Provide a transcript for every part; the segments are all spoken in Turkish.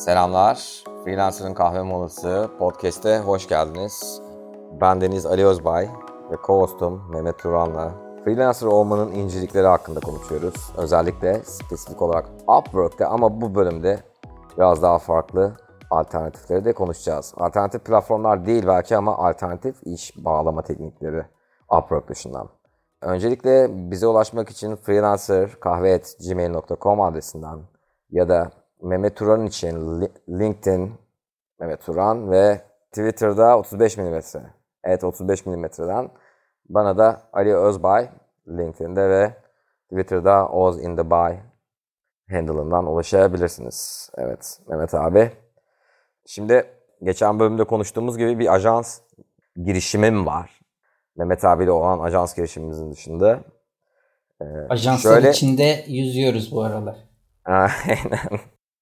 Selamlar. Freelancer'ın Kahve Molası Podcast'e hoş geldiniz. Ben Deniz Ali Özbay ve co-hostum Mehmet Turan'la freelancer olmanın incelikleri hakkında konuşuyoruz. Özellikle spesifik olarak Upwork'te ama bu bölümde biraz daha farklı alternatifleri de konuşacağız. Alternatif platformlar değil belki ama alternatif iş bağlama teknikleri Upwork dışından. Öncelikle bize ulaşmak için freelancerkahve@gmail.com adresinden ya da Mehmet Turan için LinkedIn Mehmet Turan ve Twitter'da 35 mm. Evet 35 mm'den bana da Ali Özbay LinkedIn'de ve Twitter'da Oz in the Bay handle'ından ulaşabilirsiniz. Evet Mehmet abi. Şimdi geçen bölümde konuştuğumuz gibi bir ajans girişimim var. Mehmet abiyle olan ajans girişimimizin dışında. Ajanslar içinde yüzüyoruz bu aralar. Aynen.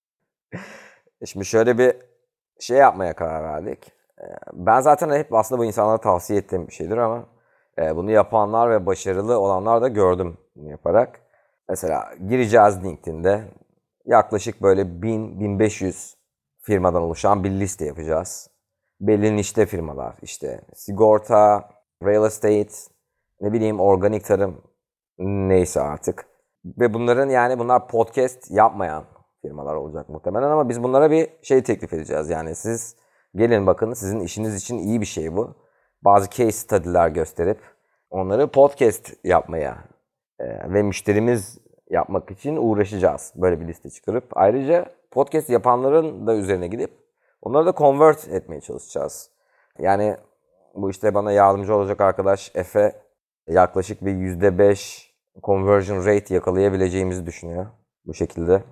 Şimdi şöyle bir şey yapmaya karar verdik. Ben zaten hep aslında bu insanlara tavsiye ettiğim bir şeydir ama bunu yapanlar ve başarılı olanlar da gördüm bunu yaparak. Mesela gireceğiz LinkedIn'de yaklaşık böyle 1000-1500 firmadan oluşan bir liste yapacağız. Belli nişte firmalar işte sigorta, real estate, ne bileyim organik tarım neyse artık. Ve bunlar podcast yapmayan firmalar olacak muhtemelen ama biz bunlara bir şey teklif edeceğiz. Yani siz gelin bakın sizin işiniz için iyi bir şey bu. Bazı case study'ler gösterip onları podcast yapmaya ve müşterimiz yapmak için uğraşacağız. Böyle bir liste çıkarıp ayrıca podcast yapanların da üzerine gidip onları da convert etmeye çalışacağız. Yani bu işte bana yardımcı olacak arkadaş Efe yaklaşık bir %5 conversion rate yakalayabileceğimizi düşünüyor bu şekilde.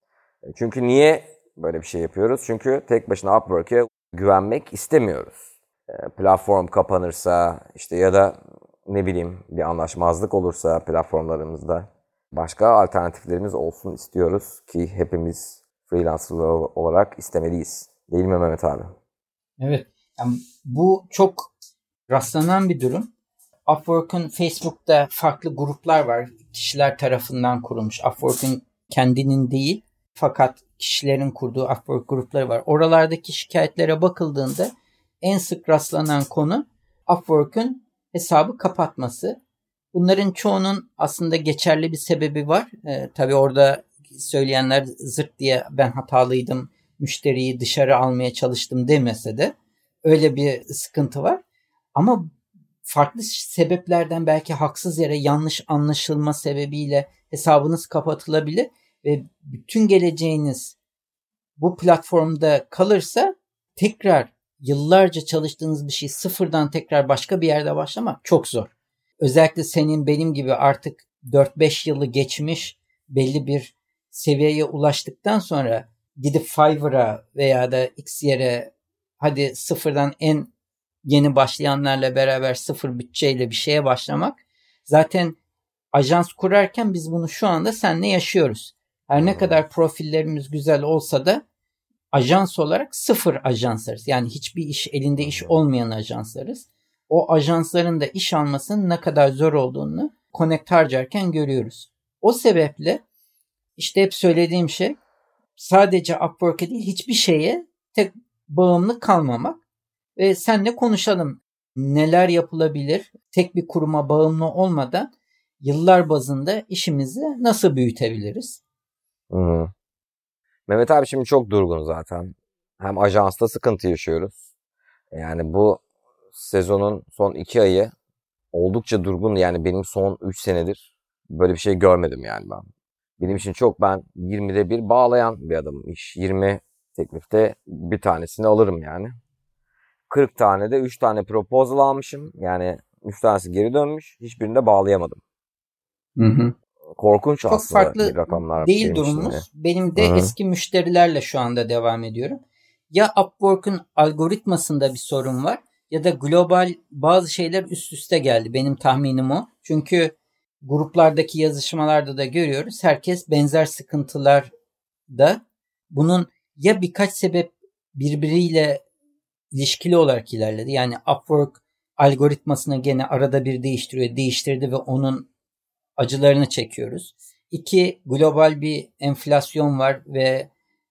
Çünkü niye böyle bir şey yapıyoruz? Çünkü tek başına Upwork'e güvenmek istemiyoruz. Platform kapanırsa işte ya da ne bileyim bir anlaşmazlık olursa platformlarımızda başka alternatiflerimiz olsun istiyoruz ki hepimiz freelancer olarak istemeliyiz. Değil mi Mehmet abi? Evet. Yani bu çok rastlanan bir durum. Upwork'un Facebook'ta farklı gruplar var. Kişiler tarafından kurulmuş. Upwork'un kendinin değil fakat kişilerin kurduğu Upwork grupları var. Oralardaki şikayetlere bakıldığında en sık rastlanan konu Upwork'un hesabı kapatması. Bunların çoğunun aslında geçerli bir sebebi var. Tabii orada söyleyenler zırt diye ben hatalıydım, müşteriyi dışarı almaya çalıştım demese de öyle bir sıkıntı var. Ama farklı sebeplerden belki haksız yere yanlış anlaşılma sebebiyle hesabınız kapatılabilir ve bütün geleceğiniz bu platformda kalırsa tekrar yıllarca çalıştığınız bir şey sıfırdan tekrar başka bir yerde başlamak çok zor. Özellikle senin benim gibi artık 4-5 yılı geçmiş belli bir seviyeye ulaştıktan sonra gidip Fiverr'a veya da X yere hadi sıfırdan en yeni başlayanlarla beraber sıfır bütçeyle bir şeye başlamak. Zaten ajans kurarken biz bunu şu anda seninle yaşıyoruz. Her ne kadar profillerimiz güzel olsa da ajans olarak sıfır ajanslarız. Yani hiçbir iş elinde iş olmayan ajanslarız. O ajansların da iş almasının ne kadar zor olduğunu Connect harcarken görüyoruz. O sebeple işte hep söylediğim şey sadece Upwork'e değil hiçbir şeye tek bağımlı kalmamak ve seninle konuşalım. Neler yapılabilir? Tek bir kuruma bağımlı olmadan yıllar bazında işimizi nasıl büyütebiliriz? Hı. Mehmet abi şimdi çok durgun zaten. Hem ajansta sıkıntı yaşıyoruz. Yani bu sezonun son 2 ayı oldukça durgun. Yani benim son 3 senedir böyle bir şey görmedim yani ben. Benim için ben 20'de bir bağlayan bir adamım. 20 teklifte bir tanesini alırım yani. 40 tane de 3 tane proposal almışım. Yani 3 tanesi geri dönmüş. Hiçbirini de bağlayamadım. Hı. Korkunç çok aslında farklı bir rakamlar değil benim için durumumuz. de. Benim de eski müşterilerle şu anda devam ediyorum. Ya Upwork'un algoritmasında bir sorun var ya da global bazı şeyler üst üste geldi. Benim tahminim o. Çünkü gruplardaki yazışmalarda da görüyoruz. Herkes benzer sıkıntılarda. Bunun ya birkaç sebep birbiriyle ilişkili olarak ilerledi. Yani Upwork algoritmasını gene arada bir değiştirdi ve onun acılarını çekiyoruz. 2, global bir enflasyon var ve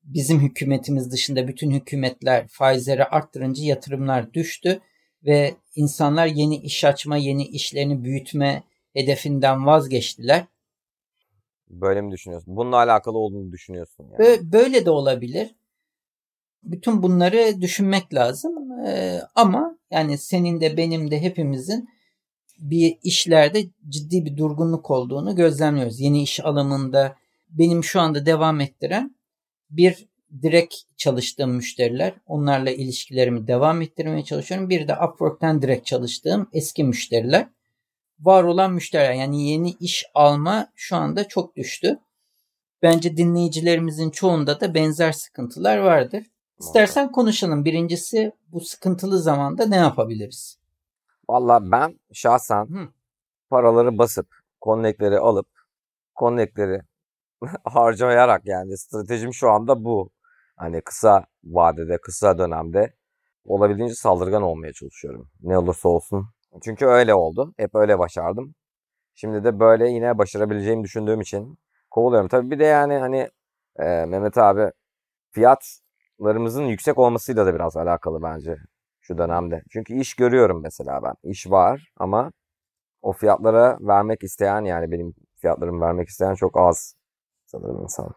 bizim hükümetimiz dışında bütün hükümetler faizleri arttırınca yatırımlar düştü ve insanlar yeni iş açma, yeni işlerini büyütme hedefinden vazgeçtiler. Böyle mi düşünüyorsun? Bununla alakalı olduğunu düşünüyorsun yani. Böyle de olabilir. Bütün bunları düşünmek lazım. Ama yani senin de benim de hepimizin bir işlerde ciddi bir durgunluk olduğunu gözlemliyoruz. Yeni iş alımında benim şu anda devam ettiren bir direkt çalıştığım müşteriler. Onlarla ilişkilerimi devam ettirmeye çalışıyorum. Bir de Upwork'tan direkt çalıştığım eski müşteriler. Var olan müşteriler, yani yeni iş alma şu anda çok düştü. Bence dinleyicilerimizin çoğunda da benzer sıkıntılar vardır. İstersen konuşalım. Birincisi, bu sıkıntılı zamanda ne yapabiliriz? Vallahi ben şahsen paraları basıp, connect'leri alıp, connect'leri harcayarak, yani stratejim şu anda bu. Hani kısa vadede, kısa dönemde olabildiğince saldırgan olmaya çalışıyorum. Ne olursa olsun. Çünkü öyle oldu. Hep öyle başardım. Şimdi de böyle yine başarabileceğimi düşündüğüm için kovuluyorum. Tabii bir de yani hani Mehmet abi, fiyatlarımızın yüksek olmasıyla da biraz alakalı bence şu dönemde. Çünkü iş görüyorum mesela ben. İş var ama o fiyatlara vermek isteyen, yani benim fiyatlarımı vermek isteyen çok az sanırım insan.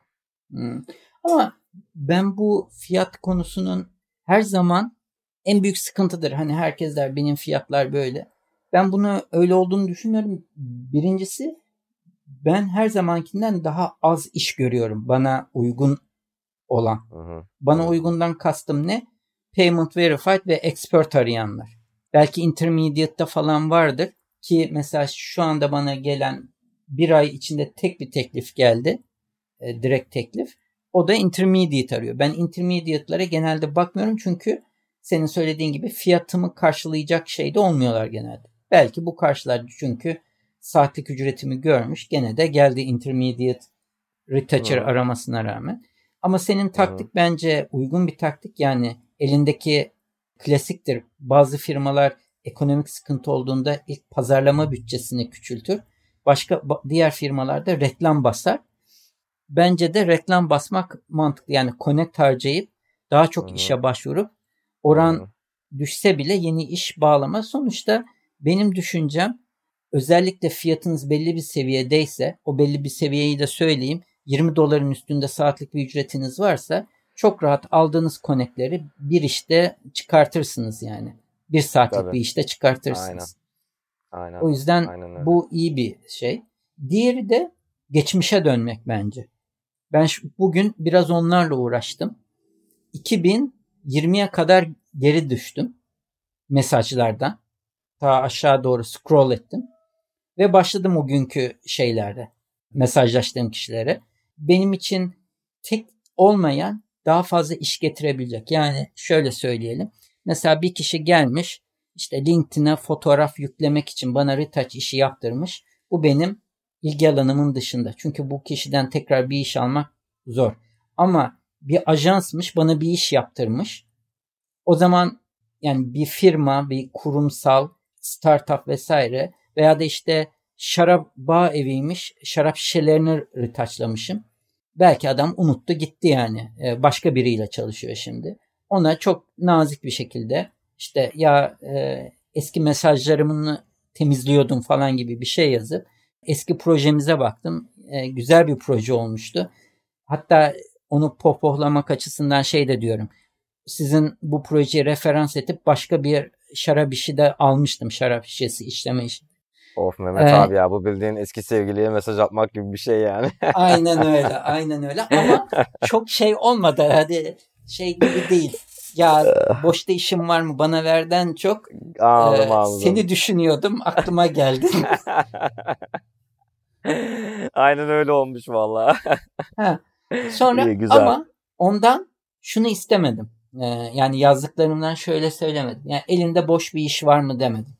Ama ben bu fiyat konusunun her zaman en büyük sıkıntıdır. Hani herkes der benim fiyatlar böyle. Ben bunu öyle olduğunu düşünmüyorum. Birincisi, ben her zamankinden daha az iş görüyorum. Bana uygun olan. Bana uygundan kastım ne? Payment Verified ve Expert arayanlar. Belki Intermediate'da falan vardır. Ki mesela şu anda bana gelen bir ay içinde tek bir teklif geldi. Direkt teklif. O da Intermediate arıyor. Ben Intermediate'lara genelde bakmıyorum çünkü senin söylediğin gibi fiyatımı karşılayacak şeyde olmuyorlar genelde. Belki bu karşılar çünkü saatlik ücretimi görmüş. Gene de geldi Intermediate Retoucher aramasına rağmen. Ama senin taktik bence uygun bir taktik. Yani elindeki klasiktir. Bazı firmalar ekonomik sıkıntı olduğunda ilk pazarlama bütçesini küçültür. Diğer firmalarda reklam basar. Bence de reklam basmak mantıklı. Yani connect harcayıp daha çok işe başvurup oran düşse bile yeni iş bağlama. Sonuçta benim düşüncem, özellikle fiyatınız belli bir seviyedeyse, o belli bir seviyeyi de söyleyeyim. $20 üstünde saatlik bir ücretiniz varsa çok rahat aldığınız connect'leri bir işte çıkartırsınız yani. Bir saatlik Tabii. bir işte çıkartırsınız. Aynen. O yüzden Aynen bu iyi bir şey. Diğeri de geçmişe dönmek bence. Ben bugün biraz onlarla uğraştım. 2020'ye kadar geri düştüm mesajlardan. Ta aşağı doğru scroll ettim. Ve başladım o günkü şeylerde. Mesajlaştığım kişilere. Benim için tek olmayan daha fazla iş getirebilecek. Yani şöyle söyleyelim. Mesela bir kişi gelmiş, işte LinkedIn'e fotoğraf yüklemek için bana retouch işi yaptırmış. Bu benim ilgi alanımın dışında. Çünkü bu kişiden tekrar bir iş almak zor. Ama bir ajansmış, bana bir iş yaptırmış. O zaman yani bir firma, bir kurumsal, startup vesaire veya da işte şarap bağ eviymiş, şarap şişelerini retouchlamışım. Belki adam unuttu gitti yani. Başka biriyle çalışıyor şimdi. Ona çok nazik bir şekilde işte eski mesajlarımı temizliyordum falan gibi bir şey yazıp eski projemize baktım. Güzel bir proje olmuştu. Hatta onu pohpohlamak açısından şey de diyorum. Sizin bu projeyi referans edip başka bir şarap işi de almıştım. Şarap şişesi işleme işi. Of Mehmet abi ya, bu bildiğin eski sevgiliye mesaj atmak gibi bir şey yani. Aynen öyle, aynen öyle. Ama çok şey olmadı. Hadi şey gibi değil. Ya boşta işim var mı bana verden çok Anladım. seni düşünüyordum, aklıma geldin. Aynen öyle olmuş vallahi. Sonra İyi, güzel. ama ondan şunu istemedim. Yani yazdıklarımdan şöyle söylemedim. Yani elinde boş bir iş var mı demedim.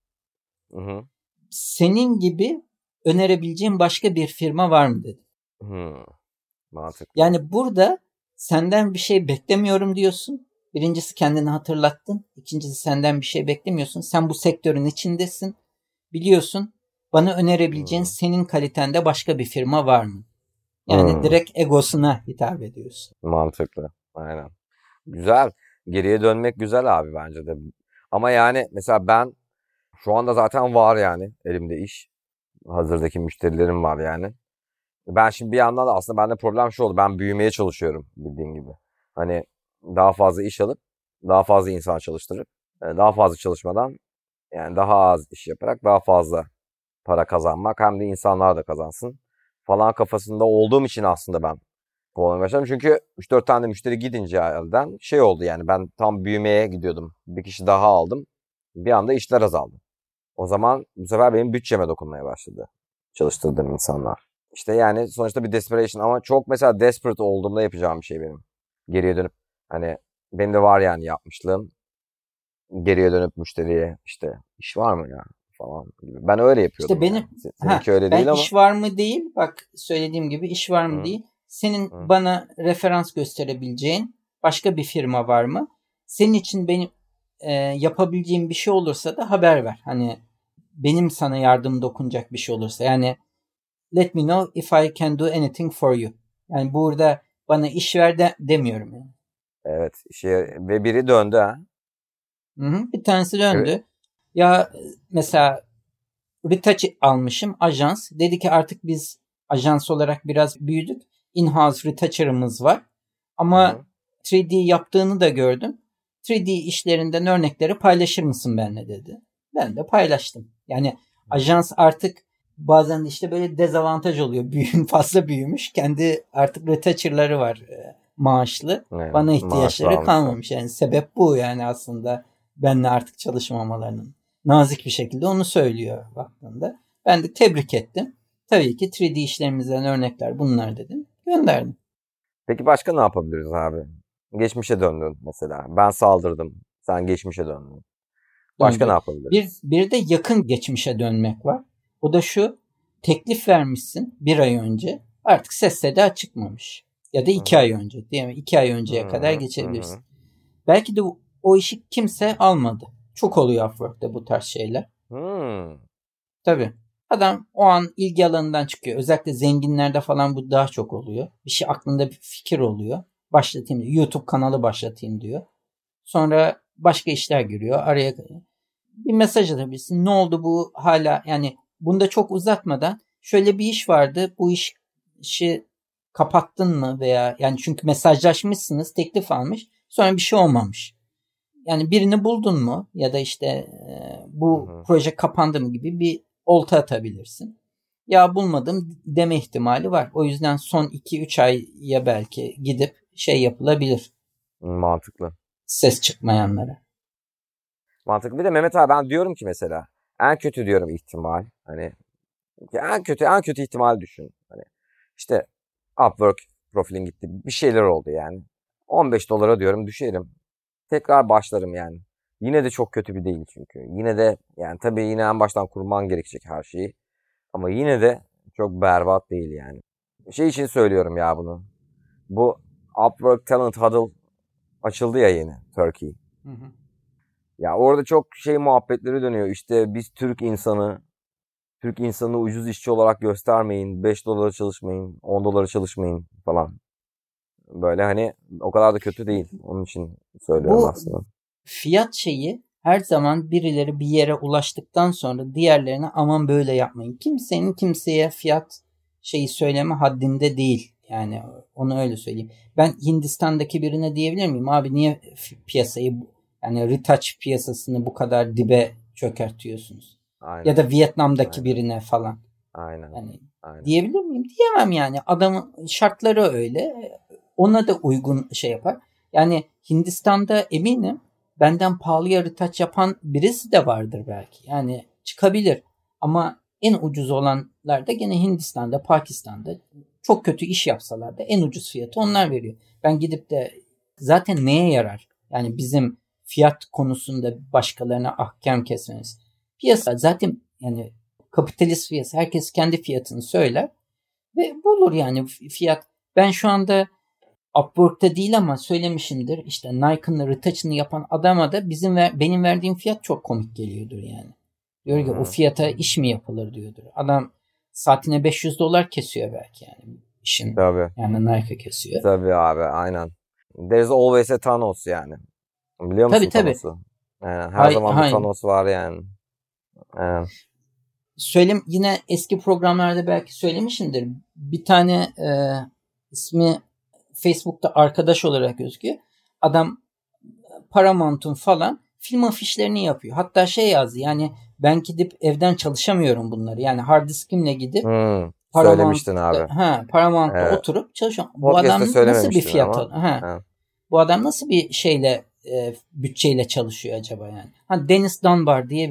Senin gibi önerebileceğim başka bir firma var mı dedim. Mantıklı. Yani burada senden bir şey beklemiyorum diyorsun. Birincisi kendini hatırlattın. İkincisi senden bir şey beklemiyorsun. Sen bu sektörün içindesin. Biliyorsun. Bana önerebileceğin senin kalitende başka bir firma var mı? Yani direkt egosuna hitap ediyorsun. Mantıklı. Aynen. Güzel. Geriye dönmek güzel abi bence de. Ama yani mesela ben şu anda zaten var yani elimde iş. Hazırdaki müşterilerim var yani. Ben şimdi bir yandan da aslında bende problem şu oldu. Ben büyümeye çalışıyorum bildiğin gibi. Hani daha fazla iş alıp daha fazla insan çalıştırıp daha fazla çalışmadan yani daha az iş yaparak daha fazla para kazanmak hem de insanlar da kazansın falan kafasında olduğum için aslında ben kovalamaya başladım. Çünkü 3-4 tane müşteri gidince elden şey oldu yani ben tam büyümeye gidiyordum. Bir kişi daha aldım. Bir anda işler azaldı. O zaman bu sefer benim bütçeme dokunmaya başladı çalıştırdığım insanlar. İşte yani sonuçta bir desperation ama çok mesela desperate olduğumda yapacağım bir şey benim. Geriye dönüp hani benim de var yani yapmışlığım. Geriye dönüp müşteriye işte iş var mı ya falan gibi. Ben öyle yapıyordum. İşte benim yani. Seninki öyle ben değil ama. iş var mı değil, bak söylediğim gibi iş var mı değil. Senin bana referans gösterebileceğin başka bir firma var mı? Senin için benim yapabileceğim bir şey olursa da haber ver. Hani benim sana yardım dokunacak bir şey olursa. Yani let me know if I can do anything for you. Yani burada bana iş ver demiyorum yani. Evet. Ve biri döndü ha. Hı-hı, bir tanesi döndü. Evet. Ya mesela Retouch almışım, ajans. Dedi ki artık biz ajans olarak biraz büyüdük. In-house retoucher'ımız var. Ama 3D yaptığını da gördüm. 3D işlerinden örnekleri paylaşır mısın benimle dedi. Ben de paylaştım. Yani ajans artık bazen işte böyle dezavantaj oluyor. Fazla büyümüş. Kendi artık retoucher'ları var maaşlı. Evet, Bana ihtiyaçları maaşlı kalmamış. Yani sebep bu yani aslında benimle artık çalışmamalarının. Nazik bir şekilde onu söylüyor baktığında. Ben de tebrik ettim. Tabii ki 3D işlerimizden örnekler bunlar dedim. Gönderdim. Peki başka ne yapabiliriz abi? Geçmişe döndün mesela. Ben saldırdım. Sen geçmişe döndün. Başka ne yapabiliriz? Bir de yakın geçmişe dönmek var. O da şu. Teklif vermişsin bir ay önce. Artık ses seda çıkmamış. Ya da 2 ay önce. Değil mi? 2 ay önceye kadar geçebilirsin. Belki de o işi kimse almadı. Çok oluyor Upwork'ta bu tarz şeyler. Tabii. Adam o an ilgi alanından çıkıyor. Özellikle zenginlerde falan bu daha çok oluyor. Bir şey aklında bir fikir oluyor. Başlatayım diyor. YouTube kanalı başlatayım diyor. Sonra başka işler görüyor. Araya bir mesaj atabilirsin. Ne oldu bu hala yani bunu da çok uzatmadan şöyle bir iş vardı. Bu işi kapattın mı veya yani çünkü mesajlaşmışsınız, teklif almış. Sonra bir şey olmamış. Yani birini buldun mu ya da işte bu proje kapandı mı gibi bir olta atabilirsin. Ya bulmadım deme ihtimali var. O yüzden son 2-3 aya belki gidip şey yapılabilir. Mantıklı. Ses çıkmayanlara. Mantıklı. Bir de Mehmet abi ben diyorum ki mesela en kötü diyorum ihtimal. Hani en kötü ihtimal düşün. Hani işte Upwork profilin gitti. Bir şeyler oldu yani. $15 diyorum düşerim. Tekrar başlarım yani. Yine de çok kötü bir değil çünkü. Yine de yani tabii yine en baştan kurman gerekecek her şeyi. Ama yine de çok berbat değil yani. Şey için söylüyorum ya bunu. Bu Upwork Talent Huddle açıldı ya yeni Turkey. Ya orada çok şey muhabbetleri dönüyor. İşte biz Türk insanı ucuz işçi olarak göstermeyin. $5 çalışmayın, $10 çalışmayın falan. Böyle hani o kadar da kötü değil. Onun için söylüyorum aslında. Fiyat şeyi her zaman birileri bir yere ulaştıktan sonra diğerlerine aman böyle yapmayın. Kimsenin kimseye fiyat şeyi söyleme haddinde değil. Yani onu öyle söyleyeyim. Ben Hindistan'daki birine diyebilir miyim? Abi niye piyasayı yani retouch piyasasını bu kadar dibe çökertiyorsunuz? Aynen. Ya da Vietnam'daki birine falan. Aynen. Yani Aynen. diyebilir miyim? Diyemem yani. Adamın şartları öyle. Ona da uygun şey yapar. Yani Hindistan'da eminim benden pahalıya retouch yapan birisi de vardır belki. Yani çıkabilir. Ama en ucuz olanlar da gene Hindistan'da, Pakistan'da çok kötü iş yapsalar da en ucuz fiyatı onlar veriyor. Ben gidip de zaten neye yarar? Yani bizim fiyat konusunda başkalarına ahkam kesmeniz. Piyasa zaten yani kapitalist piyasa. Herkes kendi fiyatını söyler ve bulur yani fiyat. Ben şu anda Upwork'ta değil ama söylemişimdir. İşte Nike'ın retouch'ını yapan adama da benim verdiğim fiyat çok komik geliyordur yani. Diyor ki o fiyata iş mi yapılır diyordur. Adam saatine $500 kesiyor belki yani. işin. Tabii. Yani Nike kesiyor. Tabii abi, aynen. There's always a Thanos yani. Biliyor musun Tabii. Thanos'u? Yani her zaman bir Thanos var yani. Söyleyeyim, yine eski programlarda belki söylemişimdir. Bir tane ismi Facebook'ta arkadaş olarak gözüküyor. Adam Paramount'un falan film afişlerini yapıyor. Hatta şey yazdı, yani ben gidip evden çalışamıyorum bunları. Yani hard diskimle gidip söylemiştin abi. Paramount'ta oturup çalışıyorum. Bu Podcast'ta adam nasıl bir fiyat ama. Bu adam nasıl bir şeyle bütçeyle çalışıyor acaba yani? Dennis Dunbar diye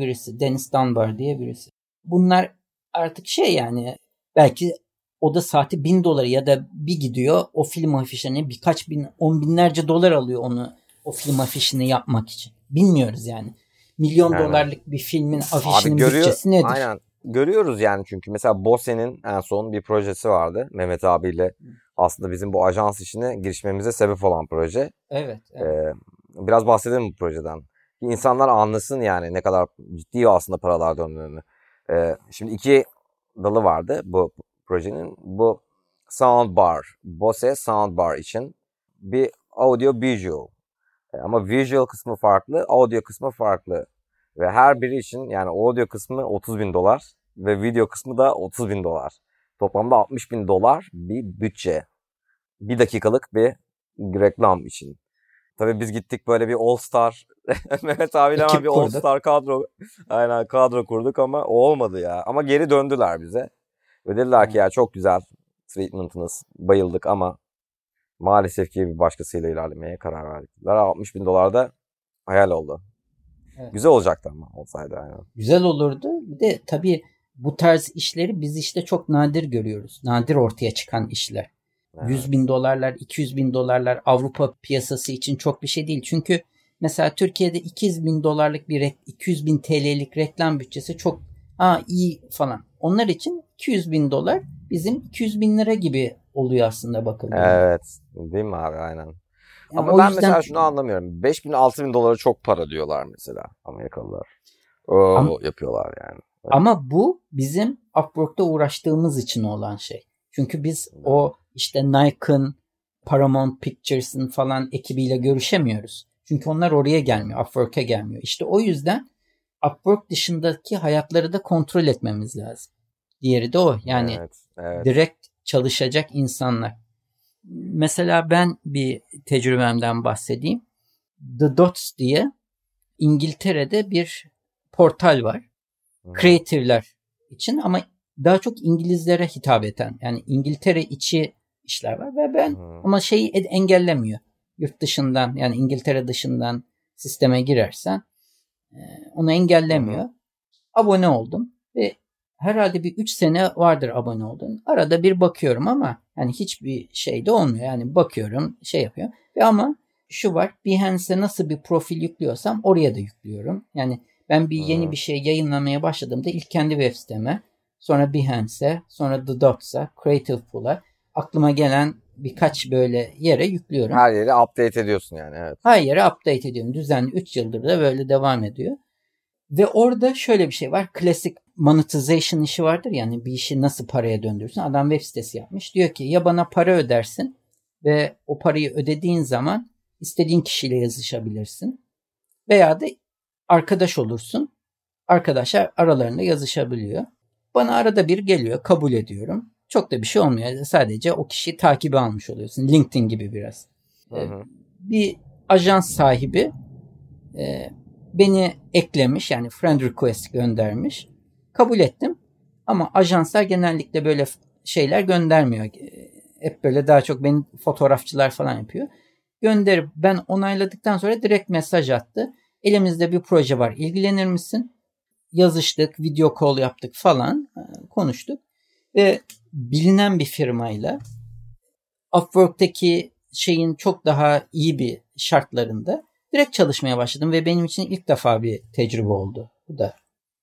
birisi. Bunlar artık şey yani, belki oda saati $1000 ya da bir gidiyor o film afişlerini birkaç bin, on binlerce dolar alıyor onu, o film afişini yapmak için. Bilmiyoruz yani. Milyon dolarlık bir filmin afişinin bütçesi nedir? Aynen. Görüyoruz yani, çünkü mesela Bose'nin en son bir projesi vardı. Mehmet abiyle aslında bizim bu ajans işine girişmemize sebep olan proje. Evet. Biraz bahsedelim bu projeden. İnsanlar anlasın yani ne kadar ciddi aslında paralar döndüğünü. Şimdi iki dalı vardı bu projenin. Bu soundbar, Bose soundbar için bir audio visual. Ama visual kısmı farklı, audio kısmı farklı. Ve her biri için yani audio kısmı $30.000 ve video kısmı da $30.000. Toplamda $60.000 bir bütçe. Bir dakikalık bir reklam için. Tabii biz gittik böyle bir All Star Mehmet abiyle hemen bir All Star kadro kurduk ama o olmadı ya. Ama geri döndüler bize. Ve dediler ki ya çok güzel treatment'ınız, bayıldık ama maalesef ki bir başkasıyla ilerlemeye karar verdik. $60.000 da hayal oldu. Evet. Güzel olacaktı ama olsaydı. Yani. Güzel olurdu. Bir de tabii bu tarz işleri biz işte çok nadir görüyoruz. Nadir ortaya çıkan işler. Evet. $100.000, $200.000 Avrupa piyasası için çok bir şey değil. Çünkü mesela Türkiye'de $200.000 bir 200.000 TL'lik reklam bütçesi çok iyi falan. Onlar için $200.000 bizim 200.000 lira gibi oluyor aslında bakıldığında. Evet. Değil mi abi? Aynen. Yani ama ben mesela şunu anlamıyorum. $5.000-6.000 çok para diyorlar mesela Amerikalılar. Yapıyorlar yani. Evet. Ama bu bizim Upwork'ta uğraştığımız için olan şey. Çünkü biz o işte Nike'ın, Paramount Pictures'ın falan ekibiyle görüşemiyoruz. Çünkü onlar oraya gelmiyor, Upwork'a gelmiyor. İşte o yüzden Upwork dışındaki hayatları da kontrol etmemiz lazım. Diğeri de o. Yani direkt çalışacak insanlar. Mesela ben bir tecrübemden bahsedeyim. The Dots diye İngiltere'de bir portal var. Creative'ler için ama daha çok İngilizlere hitap eden, yani İngiltere içi işler var ve ben ama şeyi engellemiyor. Yurt dışından, yani İngiltere dışından sisteme girersen onu engellemiyor. Abone oldum ve herhalde bir 3 sene vardır abone oldum. Arada bir bakıyorum ama yani hiçbir şey de olmuyor. Yani bakıyorum, şey yapıyor. Ve ama şu var, Behance'e nasıl bir profil yüklüyorsam oraya da yüklüyorum. Yani ben yeni bir şey yayınlamaya başladığımda ilk kendi web siteme, sonra Behance'e, sonra The Dots'a, Creative Pool'a, aklıma gelen birkaç böyle yere yüklüyorum. Her yeri update ediyorsun yani. Evet. Her yere update ediyorum. Düzenli 3 yıldır da böyle devam ediyor. Ve orada şöyle bir şey var. Klasik monetization işi vardır. Yani bir işi nasıl paraya döndürürsün. Adam web sitesi yapmış. Diyor ki ya bana para ödersin ve o parayı ödediğin zaman istediğin kişiyle yazışabilirsin. Veya da arkadaş olursun. Arkadaşlar aralarında yazışabiliyor. Bana arada bir geliyor. Kabul ediyorum. Çok da bir şey olmuyor. Sadece o kişiyi takibe almış oluyorsun. LinkedIn gibi biraz. Bir ajans sahibi beni eklemiş, yani friend request göndermiş. Kabul ettim. Ama ajanslar genellikle böyle şeyler göndermiyor. Hep böyle daha çok benim fotoğrafçılar falan yapıyor. Gönderip ben onayladıktan sonra direkt mesaj attı. Elimizde bir proje var, ilgilenir misin? Yazıştık, video call yaptık falan, konuştuk. Ve bilinen bir firmayla Upwork'taki şeyin çok daha iyi bir şartlarında direkt çalışmaya başladım ve benim için ilk defa bir tecrübe oldu bu da.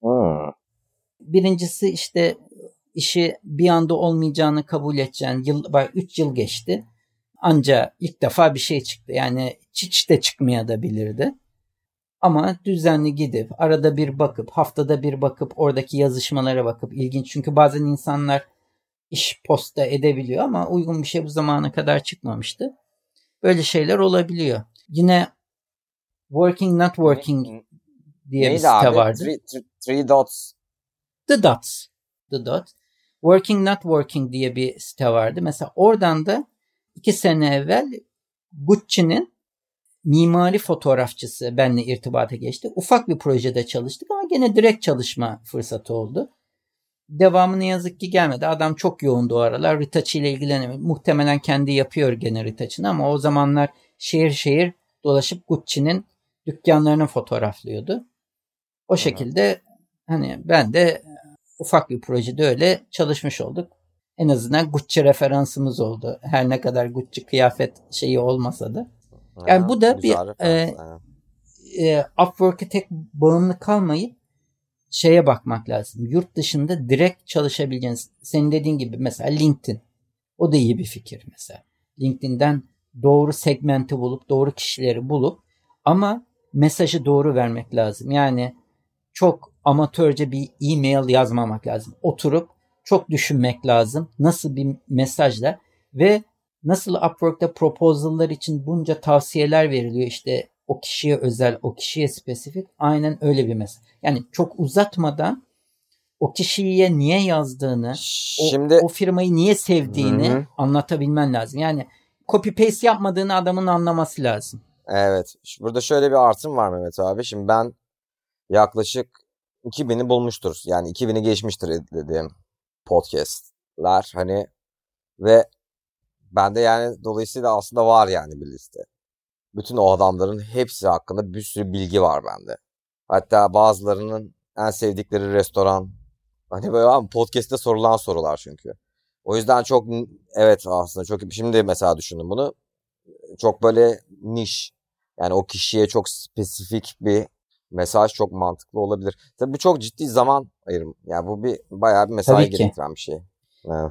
Birincisi işte işi bir anda olmayacağını kabul edeceğin 3 yıl geçti. Anca ilk defa bir şey çıktı. Yani hiç de çıkmayabilirdi. Ama düzenli gidip arada bir bakıp, haftada bir bakıp, oradaki yazışmalara bakıp, ilginç. Çünkü bazen insanlar iş posta edebiliyor ama uygun bir şey bu zamana kadar çıkmamıştı. Böyle şeyler olabiliyor. Yine Working Not Working diye bir site abi? vardı. Three Dots. The Dots. Working Not Working diye bir site vardı. Mesela oradan da 2 sene evvel Gucci'nin mimari fotoğrafçısı benimle irtibata geçti. Ufak bir projede çalıştık ama gene direkt çalışma fırsatı oldu. Devamı ne yazık ki gelmedi. Adam çok yoğundu o aralar. Retouch ile ilgilenemiyor. Muhtemelen kendi yapıyor gene retouch'ını ama o zamanlar şehir şehir dolaşıp Gucci'nin dükkanlarını fotoğraflıyordu. O şekilde hani ben de ufak bir projede öyle çalışmış olduk. En azından Gucci referansımız oldu. Her ne kadar Gucci kıyafet şeyi olmasa da. Yani bu da bir Upwork'a tek bağımlı kalmayıp şeye bakmak lazım. Yurt dışında direkt çalışabileceğiniz, senin dediğin gibi mesela LinkedIn. O da iyi bir fikir mesela. LinkedIn'den doğru segmenti bulup, doğru kişileri bulup ama mesajı doğru vermek lazım. Yani çok amatörce bir e-mail yazmamak lazım. Oturup çok düşünmek lazım. Nasıl bir mesajla ve nasıl Upwork'ta proposal'lar için bunca tavsiyeler veriliyor işte o kişiye özel, o kişiye spesifik. Aynen öyle bir mesaj. Yani çok uzatmadan o kişiye niye yazdığını, o firmayı niye sevdiğini anlatabilmen lazım. Yani copy paste yapmadığını adamın anlaması lazım. Evet. Burada şöyle bir artım var Mehmet abi. Şimdi ben yaklaşık 2000'i bulmuştur. Yani 2000'i geçmiştir dediğim podcast'lar hani ve bende yani dolayısıyla aslında var yani bir liste. Bütün o adamların hepsi hakkında bir sürü bilgi var bende. Hatta bazılarının en sevdikleri restoran. Hani böyle podcast'te sorulan sorular çünkü. O yüzden çok evet aslında çok şimdi mesela düşündüm bunu. Çok böyle niş. Yani o kişiye çok spesifik bir mesaj çok mantıklı olabilir. Tabii bu çok ciddi zaman ayırım. Yani bu bayağı bir mesai gerektiren bir şey. Evet.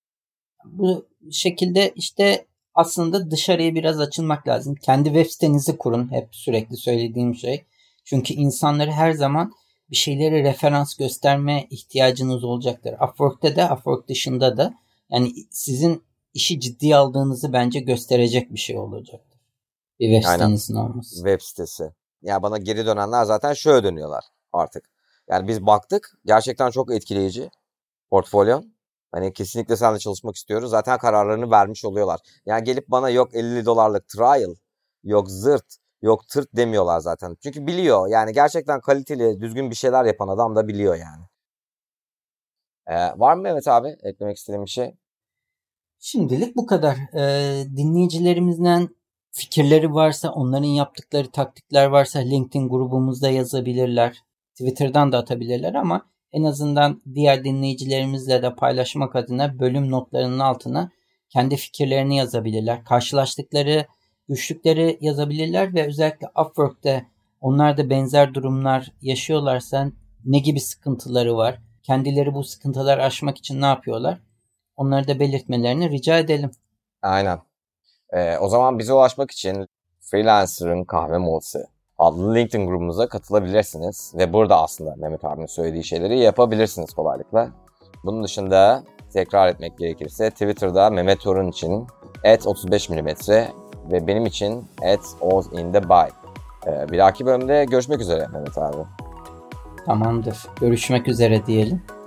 Bu şekilde işte aslında dışarıya biraz açılmak lazım. Kendi web sitenizi kurun. Hep sürekli söylediğim şey. Çünkü insanları her zaman bir şeyleri referans göstermeye ihtiyacınız olacaktır. Upwork'ta da, Upwork dışında da. Yani sizin işi ciddiye aldığınızı bence gösterecek bir şey olacaktır. Bir web sitenizin olması. Web sitesi. Ya bana geri dönenler zaten şöyle dönüyorlar artık. Yani biz baktık. Gerçekten çok etkileyici portfolyon. Hani kesinlikle seninle çalışmak istiyoruz. Zaten kararlarını vermiş oluyorlar. Yani gelip bana yok $50 trial, yok zırt, yok tırt demiyorlar zaten. Çünkü biliyor. Yani gerçekten kaliteli, düzgün bir şeyler yapan adam da biliyor yani. Var mı Mehmet abi eklemek istediğim bir şey? Şimdilik bu kadar. Dinleyicilerimizden fikirleri varsa, onların yaptıkları taktikler varsa LinkedIn grubumuzda yazabilirler. Twitter'dan da atabilirler ama en azından diğer dinleyicilerimizle de paylaşmak adına bölüm notlarının altına kendi fikirlerini yazabilirler. Karşılaştıkları güçlükleri yazabilirler ve özellikle Upwork'ta onlar da benzer durumlar yaşıyorlarsa ne gibi sıkıntıları var? Kendileri bu sıkıntıları aşmak için ne yapıyorlar? Onları da belirtmelerini rica edelim. Aynen. O zaman bize ulaşmak için Freelancer'ın Kahve Molası adlı LinkedIn grubumuza katılabilirsiniz. Ve burada aslında Mehmet abinin söylediği şeyleri yapabilirsiniz kolaylıkla. Bunun dışında tekrar etmek gerekirse Twitter'da Mehmet Orun için @35mm ve benim için @OzInTheBuy. Bir dahaki bölümde görüşmek üzere Mehmet abi. Tamamdır. Görüşmek üzere diyelim.